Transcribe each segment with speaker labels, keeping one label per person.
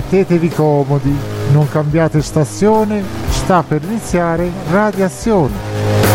Speaker 1: Mettetevi comodi, non cambiate stazione, sta per iniziare Radiazione.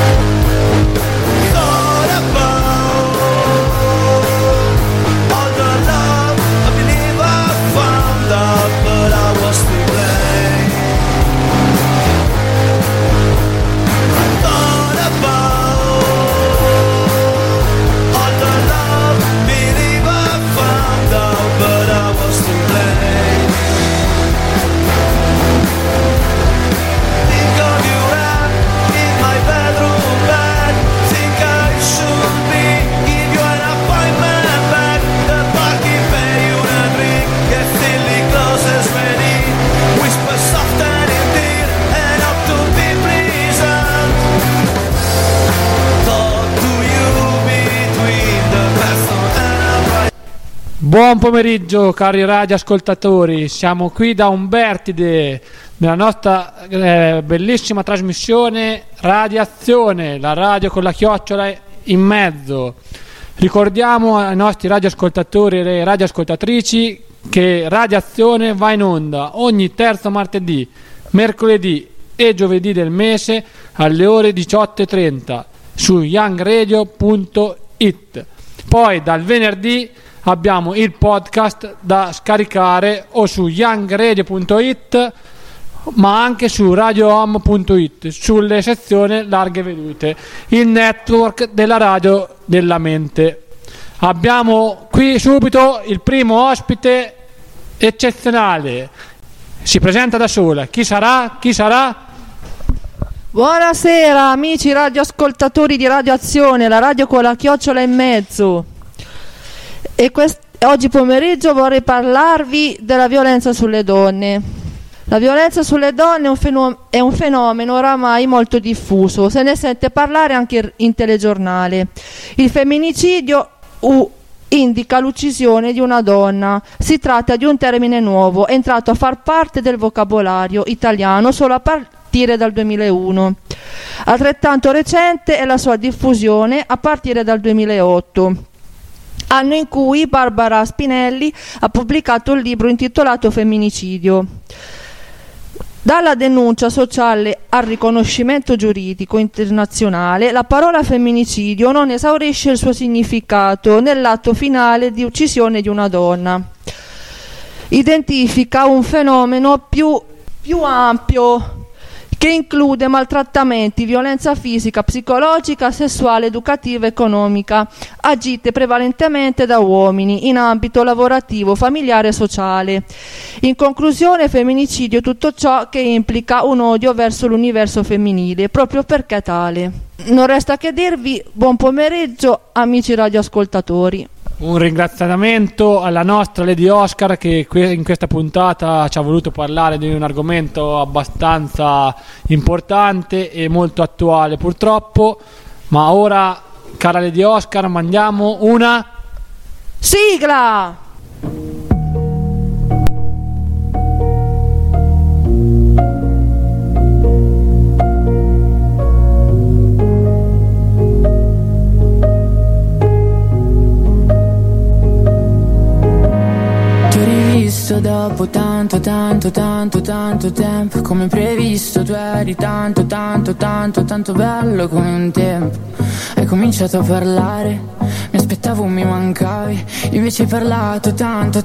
Speaker 2: Buon pomeriggio cari radioascoltatori, siamo qui da Umbertide nella nostra bellissima trasmissione Radiazione, la radio con la chiocciola in mezzo. Ricordiamo ai nostri radioascoltatori e le radioascoltatrici che Radiazione va in onda ogni terzo martedì, mercoledì e giovedì del mese alle ore 18:30 su youngradio.it. Poi dal venerdì abbiamo il podcast da scaricare o su youngradio.it ma anche su radiohome.it sulle sezioni larghe vedute, il network della radio della mente. Abbiamo qui subito il primo ospite eccezionale, si presenta da sola. Chi sarà?
Speaker 3: Buonasera amici radioascoltatori di Radioazione, la radio con la chiocciola in mezzo. E oggi pomeriggio vorrei parlarvi della violenza sulle donne. La violenza sulle donne è un fenomeno oramai molto diffuso, se ne sente parlare anche in telegiornale. Il femminicidio indica l'uccisione di una donna. Si tratta di un termine nuovo, entrato a far parte del vocabolario italiano solo a partire dal 2001. Altrettanto recente è la sua diffusione a partire dal 2008. Anno in cui Barbara Spinelli ha pubblicato un libro intitolato Femminicidio. Dalla denuncia sociale al riconoscimento giuridico internazionale, la parola femminicidio non esaurisce il suo significato nell'atto finale di uccisione di una donna. Identifica un fenomeno più ampio che include maltrattamenti, violenza fisica, psicologica, sessuale, educativa, economica, agite prevalentemente da uomini in ambito lavorativo, familiare e sociale. In conclusione, femminicidio è tutto ciò che implica un odio verso l'universo femminile, proprio perché tale. Non resta che dirvi buon pomeriggio, amici radioascoltatori.
Speaker 2: Un ringraziamento alla nostra Lady Oscar che in questa puntata ci ha voluto parlare di un argomento abbastanza importante e molto attuale purtroppo. Ma ora, cara Lady Oscar, mandiamo una
Speaker 3: sigla!
Speaker 4: Dopo tanto tempo, come previsto, tu eri tanto bello come un tempo. Hai cominciato a parlare, mi aspettavo, mi mancavi, invece hai parlato tanto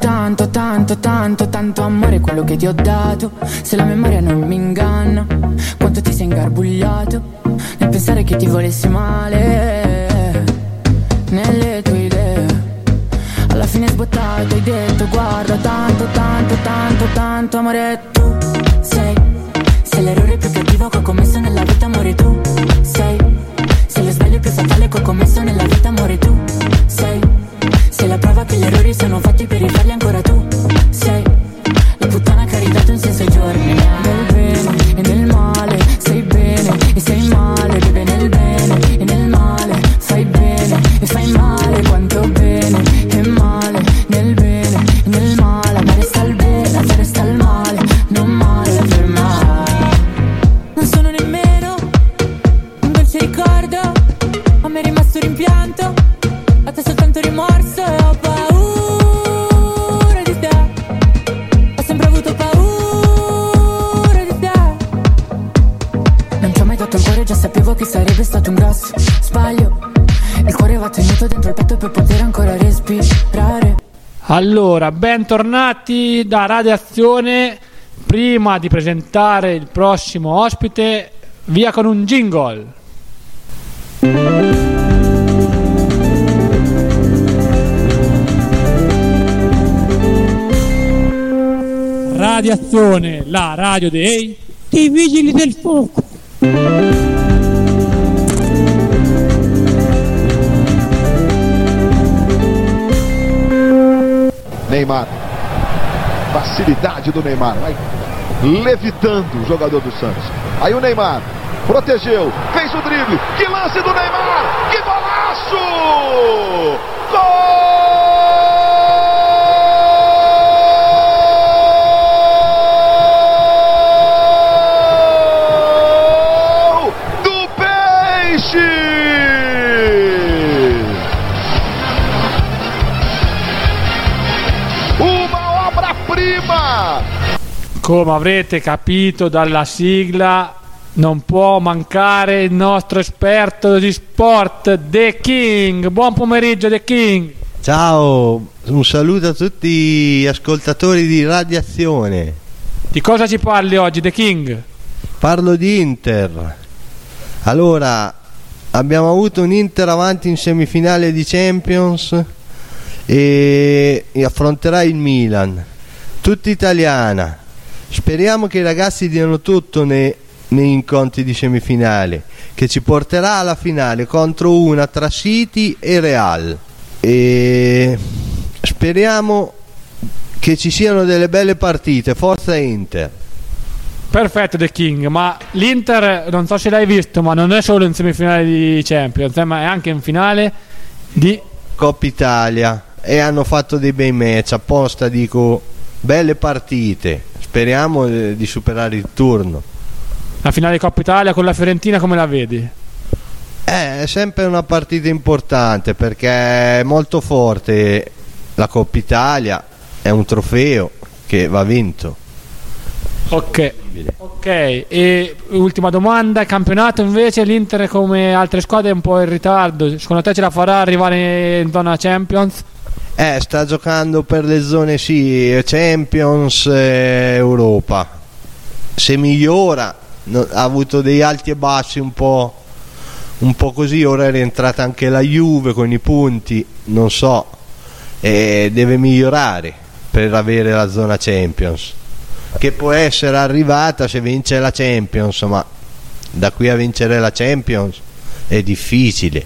Speaker 4: amore, quello che ti ho dato. Se la memoria non mi inganna, quanto ti sei ingarbugliato nel pensare che ti volessi male nelle tue idee. Alla fine sbottato hai detto guarda tanto amore, tu sei l'errore più cattivo che ho commesso nella vita, amore, tu sei lo sbaglio più fatale che ho commesso nella vita, amore, tu sei la prova che gli errori sono fatti per rifarli ancora, tu sei la puttana che ha ridato un senso ai giorni. Nel bene e nel male sei bene e sei male, beve nel bene e nel male fai bene e fai male, quanto bene e male, nel bene e nel male, ma resta il bene, ma resta il male, non male per mai. Non sono nemmeno un dolce ricordo, a me è rimasto rimpianto, a te soltanto rimorso e ho paura di te, ho sempre avuto paura sbaglio. Il cuore va tenuto dentro il petto per poter ancora respirare.
Speaker 2: Allora, bentornati da Radio Azione. Prima di presentare il prossimo ospite, via con un jingle. Radio Azione, la radio dei vigili del fuoco.
Speaker 5: Neymar, facilidade do Neymar, vai levitando o jogador do Santos. Aí o Neymar protegeu, fez o drible, que lance do Neymar, que golaço! Gol! Do Peixe!
Speaker 2: Come avrete capito dalla sigla, non può mancare il nostro esperto di sport, The King. Buon pomeriggio, The King.
Speaker 6: Ciao, un saluto a tutti gli ascoltatori di Radio Azione.
Speaker 2: Di cosa ci parli oggi, The King?
Speaker 6: Parlo di Inter. Allora, abbiamo avuto un Inter avanti in semifinale di Champions e affronterà il Milan, tutta italiana. Speriamo che i ragazzi diano tutto nei incontri di semifinale, che ci porterà alla finale contro una tra City e Real, e speriamo che ci siano delle belle partite. Forza Inter.
Speaker 2: Perfetto, The King, ma l'Inter non so se l'hai visto, ma non è solo in semifinale di Champions, ma è anche in finale di
Speaker 6: Coppa Italia, e hanno fatto dei bei match apposta, dico, belle partite. Speriamo di superare il turno.
Speaker 2: La finale di Coppa Italia con la Fiorentina come la vedi?
Speaker 6: È sempre una partita importante perché è molto forte. La Coppa Italia è un trofeo che va vinto.
Speaker 2: Ok, e ultima domanda, campionato invece l'Inter come altre squadre è un po' in ritardo, secondo te ce la farà arrivare in zona Champions?
Speaker 6: Sta giocando per le zone Champions, Europa. Se migliora, ha avuto dei alti e bassi un po' così. Ora è rientrata anche la Juve con i punti, non so, deve migliorare per avere la zona Champions, che può essere arrivata se vince la Champions, ma da qui a vincere la Champions è difficile.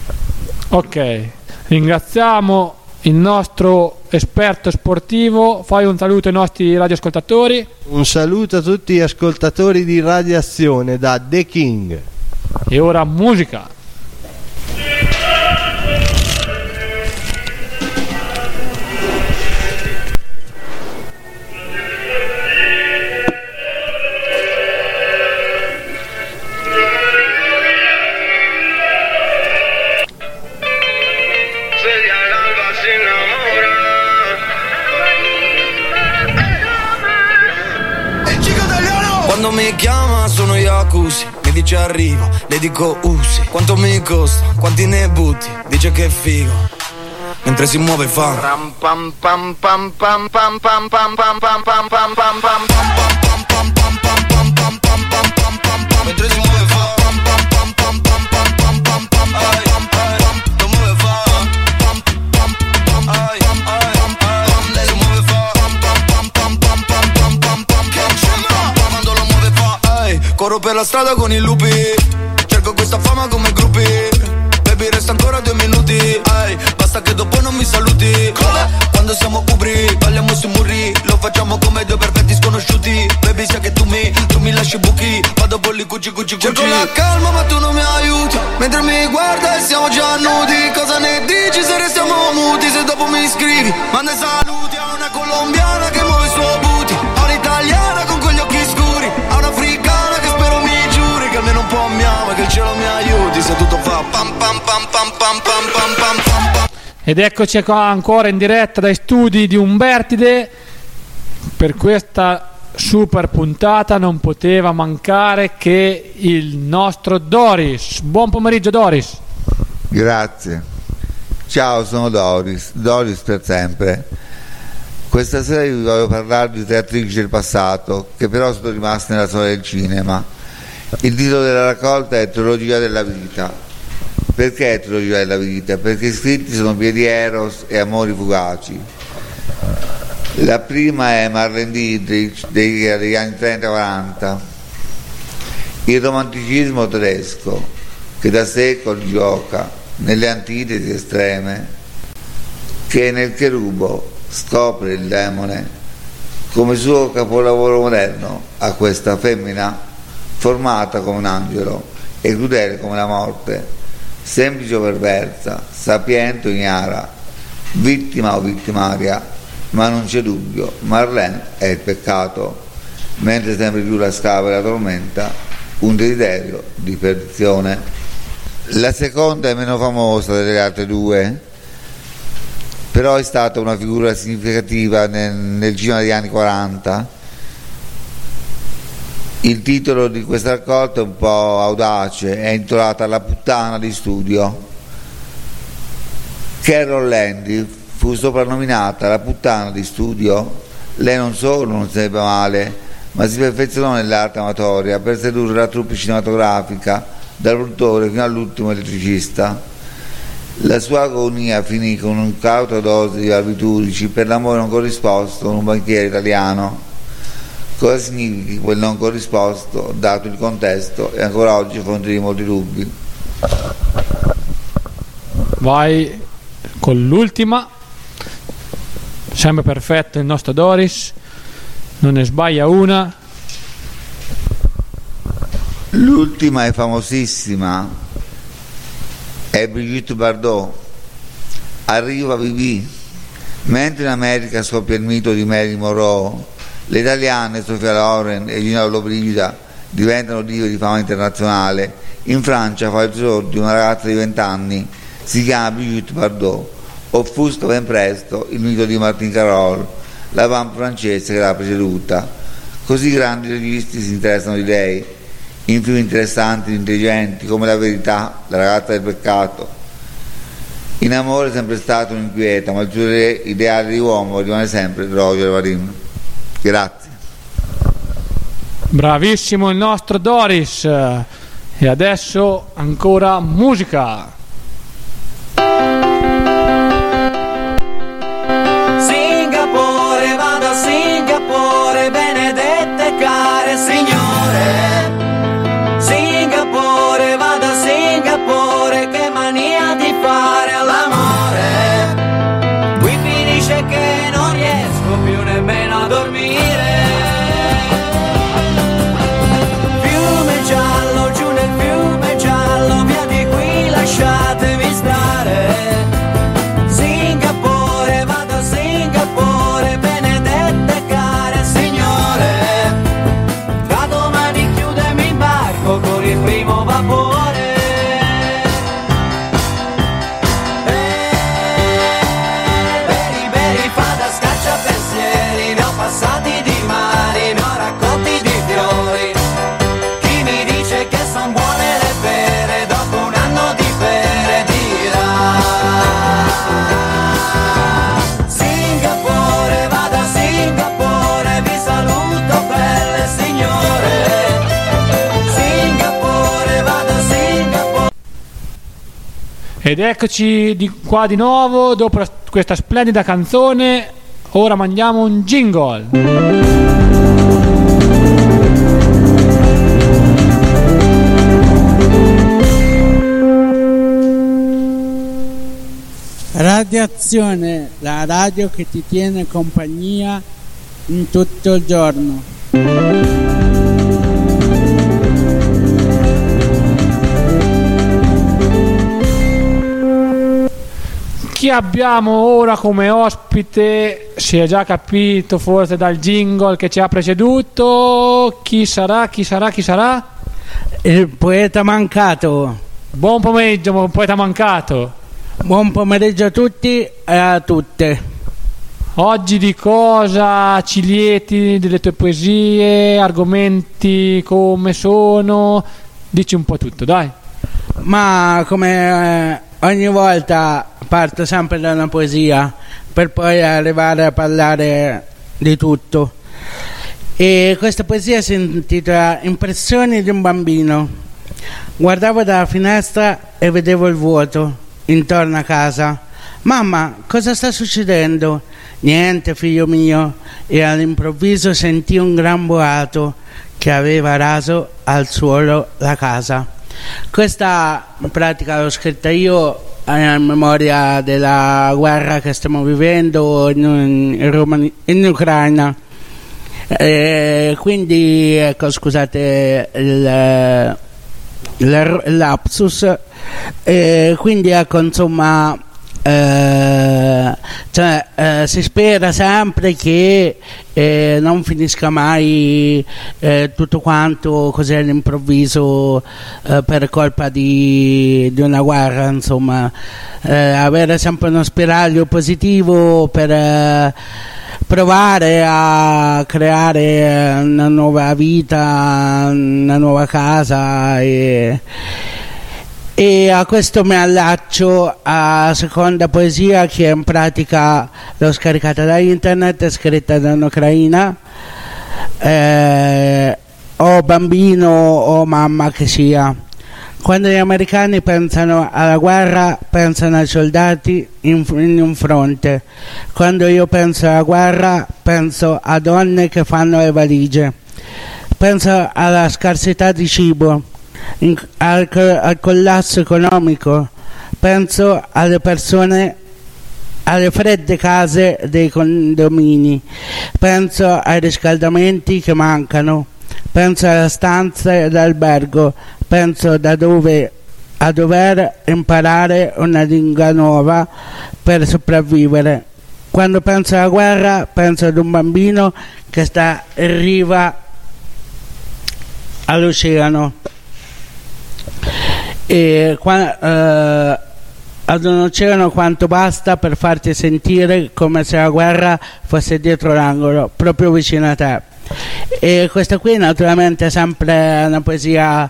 Speaker 2: Ok, ringraziamo il nostro esperto sportivo. Fai un saluto ai nostri radioascoltatori.
Speaker 6: Un saluto a tutti gli ascoltatori di Radio Azione da The King.
Speaker 2: E ora musica.
Speaker 7: Quando mi chiama sono Yakuza, mi dice arrivo, le dico usi. Quanto mi costa, quanti ne butti, dice che è figo. Mentre si muove fa ram pam pam pam pam pam pam pam pam pam pam pam pam pam pam. Mentre si muove fa pam pam pam pam pam pam pam pam pam pam. Lo muove fa pam pam pam ai ai. Lei lo muove fa pam pam pam pam pam pam pam pam. Quando lo muove fa ai. Corro per la strada con i lupi, cerco questa fama come gruppi. Baby resta ancora 2 minuti, ai. Basta che dopo non mi saluti. Quando siamo ubri, balliamo sui muri. Lo facciamo come 2 perfetti sconosciuti. Baby sai che tu mi lasci buchi. Vado bolli cuci cuci cuci. Cerco la calma ma tu non mi aiuti. Mentre mi guarda e siamo già nudi. Cosa ne dici se restiamo muti? Se dopo mi scrivi manda i saluti a una colombiana che muove il suo booty, a un'italiana con quegli occhi scuri, a un'africana che spero mi giuri che almeno un po' mi ama, che il cielo mi aiuti. Se tutto fa pam pam pam pam pam pam pam pam pam pam.
Speaker 2: Ed eccoci qua ancora in diretta dai studi di Umbertide. Per questa super puntata non poteva mancare che il nostro Doris. Buon pomeriggio Doris.
Speaker 8: Grazie. Ciao, sono Doris per sempre. Questa sera vi voglio parlare di tre attrici del passato che però sono rimaste nella storia del cinema. Il titolo della raccolta è Trilogia della vita. Perché Trilogia della vita? Perché i scritti sono pieni di Eros e amori fugaci. La prima è Marlene Dietrich degli anni 30-40. Il romanticismo tedesco che da secoli gioca nelle antitesi estreme, che nel Cherubo scopre il demone come suo capolavoro moderno a questa femmina formata come un angelo e crudele come la morte, semplice o perversa, sapiente o ignara, vittima o vittimaria, ma non c'è dubbio, Marlene è il peccato, mentre sempre più la scava e la tormenta un desiderio di perdizione. La seconda è meno famosa delle altre due, però è stata una figura significativa nel cinema degli anni 40. Il titolo di questa raccolta è un po' audace, è intitolata La puttana di studio. Carol Landy fu soprannominata la puttana di studio. Lei non solo non sarebbe male, ma si perfezionò nell'arte amatoria per sedurre la troupe cinematografica, dal produttore fino all'ultimo elettricista. La sua agonia finì con un cauta dose di barbiturici per l'amore non corrisposto con un banchiere italiano. Cosa significhi quel non corrisposto, dato il contesto, e ancora oggi fonte di molti dubbi.
Speaker 2: Vai con l'ultima, sempre perfetto il nostro Doris, non ne sbaglia una.
Speaker 8: L'ultima è famosissima, è Brigitte Bardot. Arriva Vivi. Mentre in America scoppia il mito di Marilyn Monroe, le italiane Sofia Loren e Gina Lollobrigida diventano dive di fama internazionale. In Francia fa il tesoro di una ragazza di 20 anni, si chiama Brigitte Bardot. Offusca ben presto il mito di Martin Carroll, la vamp francese che l'ha preceduta. Così grandi registi si interessano di lei, in film interessanti e intelligenti come La verità, La ragazza del peccato. In amore è sempre stato un inquieta, ma il suo ideale di uomo rimane sempre Roger Vadim. Grazie.
Speaker 2: Bravissimo il nostro Doris. E adesso ancora musica.
Speaker 9: Singapore, vado a Singapore, benedette care signore. Singapore, vado a Singapore, che mania di fare l'amore. Qui finisce che non riesco più nemmeno a dormire. Fiume giallo, giù nel fiume giallo, via di qui lasciatemi stare. Singapore, vado a Singapore, benedette care signore. Da domani chiudemi il barco con il primo vapore. Beri, beri, fada, scaccia pensieri, ne ho passati di mari, ne ho raccolti di fiori. Chi mi dice che son buone le pere, dopo un anno di pere dirà. Singapore, vado a Singapore, vi saluto belle signore. Singapore, vado a Singapore.
Speaker 2: Ed eccoci qua di nuovo dopo questa splendida canzone. Ora mandiamo un jingle.
Speaker 10: Radioazione, la radio che ti tiene compagnia in tutto il giorno.
Speaker 2: Chi abbiamo ora come ospite? Si è già capito forse dal jingle che ci ha preceduto. Chi sarà? Chi sarà? Chi sarà?
Speaker 10: Il poeta mancato.
Speaker 2: Buon pomeriggio, poeta mancato.
Speaker 10: Buon pomeriggio a tutti e a tutte.
Speaker 2: Oggi di cosa ci lieti? Delle tue poesie, argomenti come sono? Dici un po' tutto, dai.
Speaker 10: Ma come ogni volta parto sempre da una poesia per poi arrivare a parlare di tutto. E questa poesia si intitola Impressioni di un bambino. Guardavo dalla finestra e vedevo il vuoto intorno a casa. Mamma, cosa sta succedendo? Niente, figlio mio. E all'improvviso sentii un gran boato che aveva raso al suolo la casa. Questa in pratica l'ho scritta io in memoria della guerra che stiamo vivendo in Ucraina. Quindi ecco, scusate il lapsus. Quindi ecco, insomma, si spera sempre che non finisca mai tutto quanto così all'improvviso per colpa di una guerra, insomma, avere sempre uno spiraglio positivo per provare a creare una nuova vita, una nuova casa e a questo mi allaccio a seconda poesia che in pratica l'ho scaricata da internet, è scritta da un'ucraina, o bambino o mamma che sia. Quando gli americani pensano alla guerra, pensano ai soldati in un fronte. Quando io penso alla guerra, penso a donne che fanno le valigie. Penso alla scarsità di cibo, al collasso economico. Penso alle persone, alle fredde case dei condomini. Penso ai riscaldamenti che mancano. Penso alle stanze d'albergo. Penso a dover imparare una lingua nuova per sopravvivere. Quando penso alla guerra, penso ad un bambino che sta in riva all'oceano e ad un oceano quanto basta per farti sentire come se la guerra fosse dietro l'angolo, proprio vicino a te. E questa qui naturalmente è sempre una poesia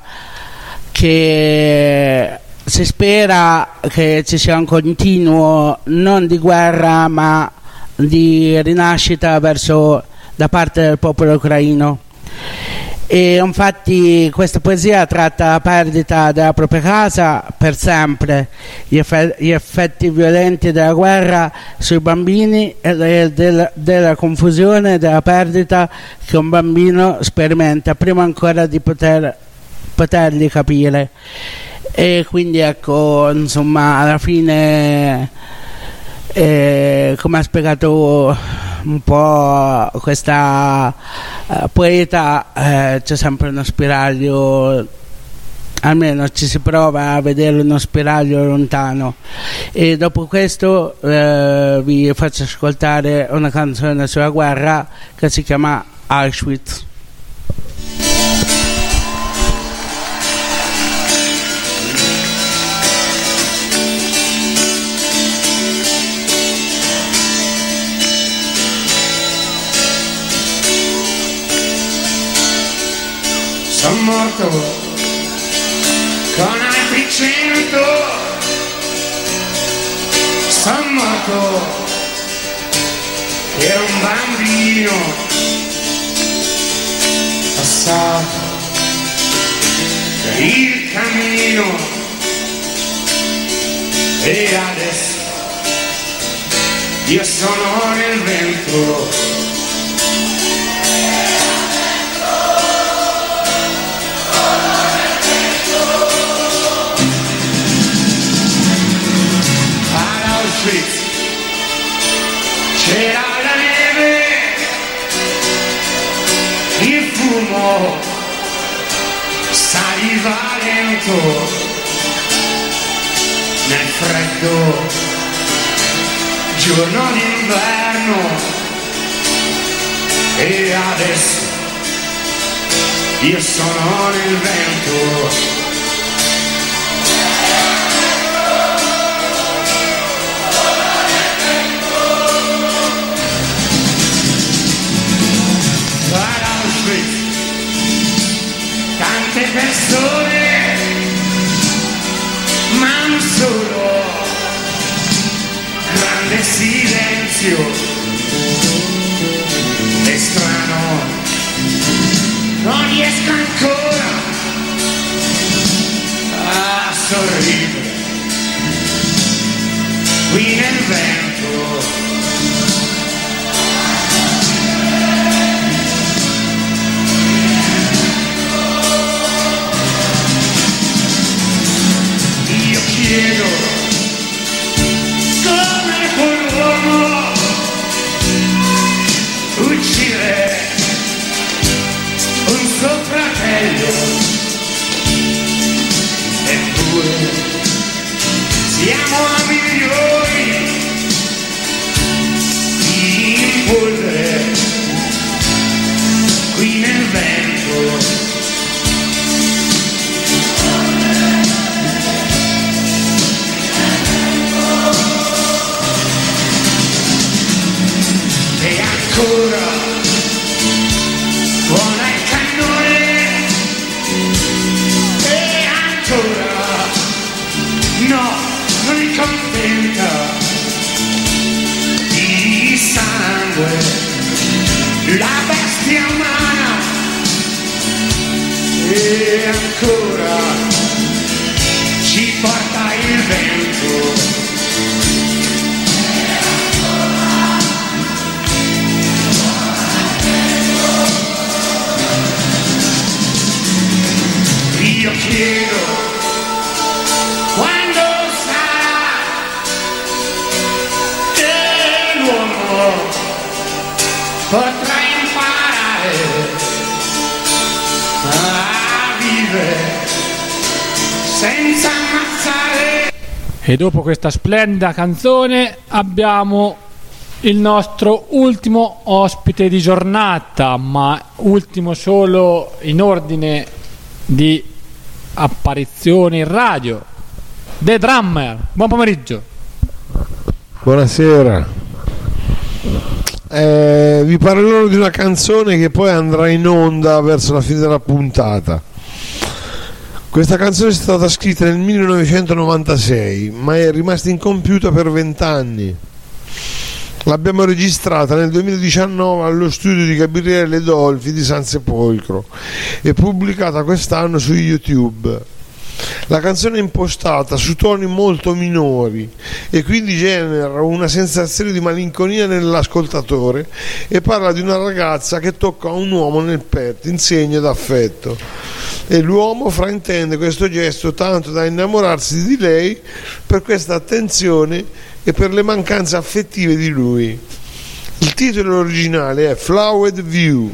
Speaker 10: che si spera che ci sia un continuo non di guerra ma di rinascita da parte del popolo ucraino. E infatti questa poesia tratta la perdita della propria casa per sempre, gli effetti violenti della guerra sui bambini e della confusione e della perdita che un bambino sperimenta prima ancora di poterli capire. E quindi ecco, insomma, alla fine come ha spiegato un po' questa poeta, c'è sempre uno spiraglio, almeno ci si prova a vedere uno spiraglio lontano. E dopo questo vi faccio ascoltare una canzone sulla guerra che si chiama Auschwitz.
Speaker 11: Sono morto con altri 100, sono morto, ero un bambino passato per il cammino e adesso io sono nel vento. C'era la neve, il fumo saliva lento nel freddo giorno d'inverno e adesso io sono nel vento. Tante persone qui nel vento. Io chiedo come quell'uomo uccide un suo fratello, eppure siamo a milioni di polvere qui nel vento. E ancora suona il cannone, e ancora no, non mi contenta di sangue la bestia umana, e ancora ci porta il vento. Io chiedo quando sarà che l'uomo potrà imparare a vivere senza ammazzare.
Speaker 2: E dopo questa splendida canzone abbiamo il nostro ultimo ospite di giornata, ma ultimo solo in ordine di apparizioni in radio. The Drummer, buon pomeriggio.
Speaker 12: Buonasera. Vi parlerò di una canzone che poi andrà in onda verso la fine della puntata. Questa canzone è stata scritta nel 1996, ma è rimasta incompiuta per 20 anni. L'abbiamo registrata nel 2019 allo studio di Gabriele Dolfi di San Sepolcro e pubblicata quest'anno su YouTube. La canzone è impostata su toni molto minori e quindi genera una sensazione di malinconia nell'ascoltatore e parla di una ragazza che tocca un uomo nel petto in segno d'affetto e l'uomo fraintende questo gesto tanto da innamorarsi di lei per questa attenzione e per le mancanze affettive di lui. Il titolo originale è Flowered View,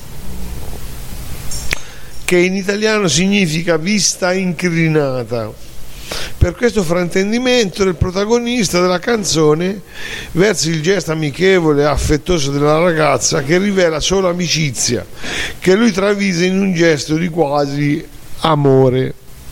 Speaker 12: che in italiano significa vista inclinata. Per questo fraintendimento del protagonista della canzone verso il gesto amichevole e affettuoso della ragazza, che rivela solo amicizia, che lui travisa in un gesto di quasi amore.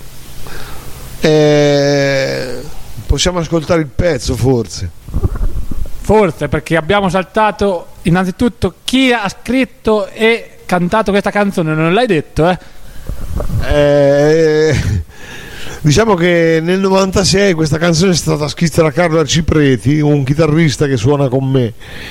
Speaker 12: Possiamo ascoltare il pezzo, forse,
Speaker 2: perché abbiamo saltato innanzitutto chi ha scritto e cantato questa canzone, non l'hai detto,
Speaker 12: Diciamo che nel 96 questa canzone è stata scritta da Carlo Arcipreti, un chitarrista che suona con me,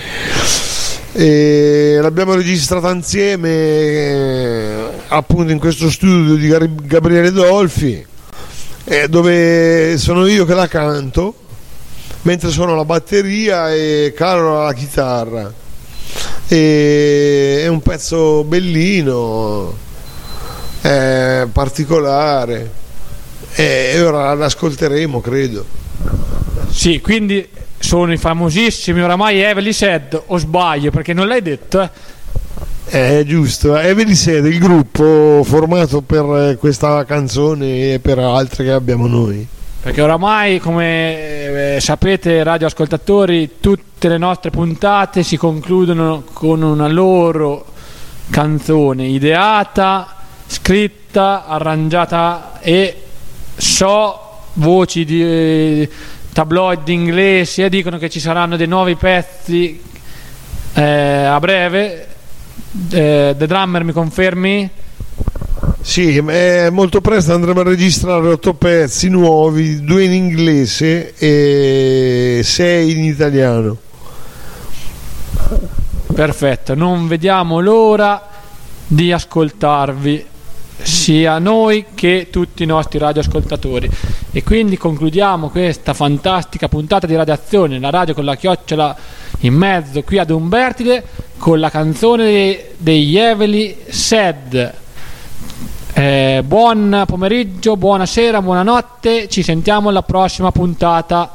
Speaker 12: e l'abbiamo registrata insieme appunto in questo studio di Gabriele Dolfi, dove sono io che la canto mentre suono la batteria e Carlo la chitarra. È un pezzo bellino, particolare, e ora l'ascolteremo, credo.
Speaker 2: Sì, quindi sono i famosissimi oramai Heavenly Said, o sbaglio, perché non l'hai detto,
Speaker 12: È giusto, Heavenly Said, il gruppo formato per questa canzone e per altre che abbiamo noi.
Speaker 2: Perché oramai, come sapete, radioascoltatori, tutte le nostre puntate si concludono con una loro canzone ideata, scritta, arrangiata, e voci di tabloid inglesi dicono che ci saranno dei nuovi pezzi a breve. The Drummer, mi confermi?
Speaker 12: Sì, molto presto andremo a registrare 8 pezzi nuovi, 2 in inglese e 6 in italiano.
Speaker 2: Perfetto, non vediamo l'ora di ascoltarvi sia noi che tutti i nostri radioascoltatori. E quindi concludiamo questa fantastica puntata di Radiazione, la radio con la chiocciola in mezzo qui ad Umbertide, con la canzone degli Heavenly Sad. Buon pomeriggio, buonasera, buonanotte, ci sentiamo alla prossima puntata.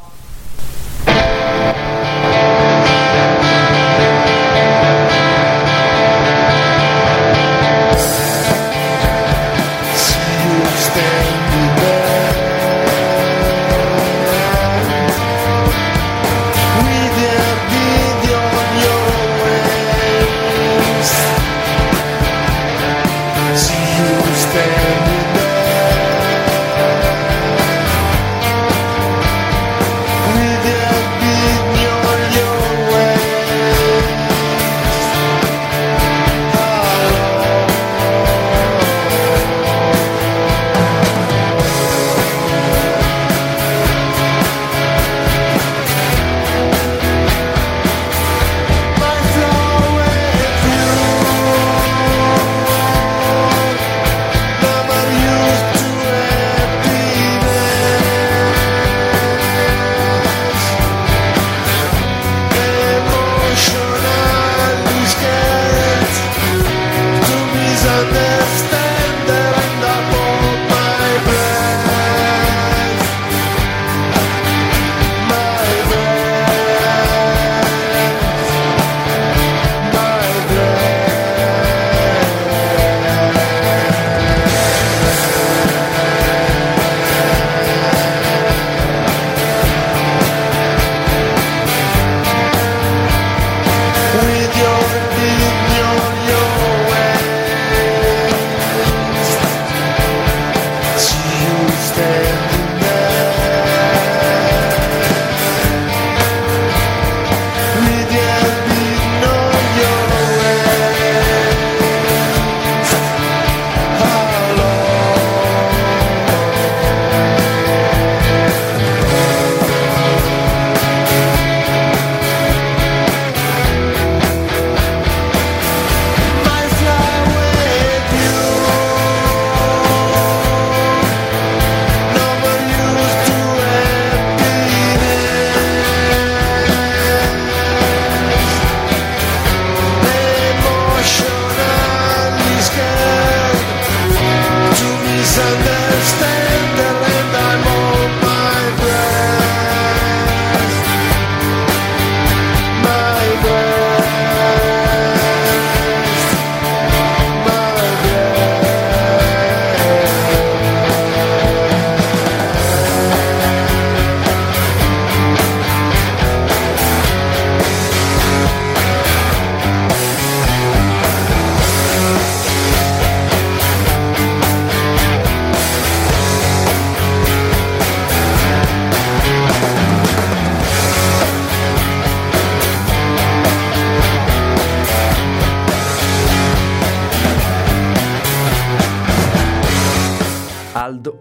Speaker 13: Aldo,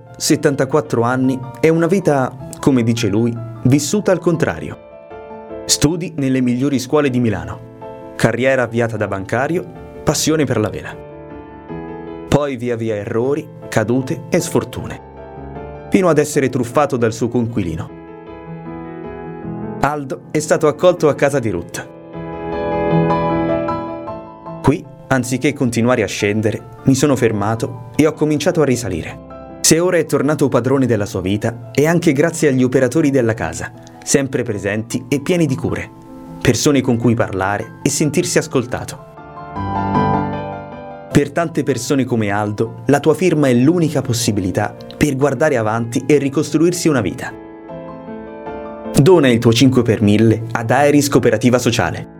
Speaker 13: 74 anni, è una vita, come dice lui, vissuta al contrario. Studi nelle migliori scuole di Milano, carriera avviata da bancario, passione per la vela. Poi via via errori, cadute e sfortune, fino ad essere truffato dal suo coinquilino. Aldo è stato accolto a casa di Ruth. Qui, anziché continuare a scendere, mi sono fermato e ho cominciato a risalire. Se ora è tornato padrone della sua vita, è anche grazie agli operatori della casa, sempre presenti e pieni di cure, persone con cui parlare e sentirsi ascoltato. Per tante persone come Aldo, la tua firma è l'unica possibilità per guardare avanti e ricostruirsi una vita. Dona il tuo 5 per 1000 ad Aeris Cooperativa Sociale.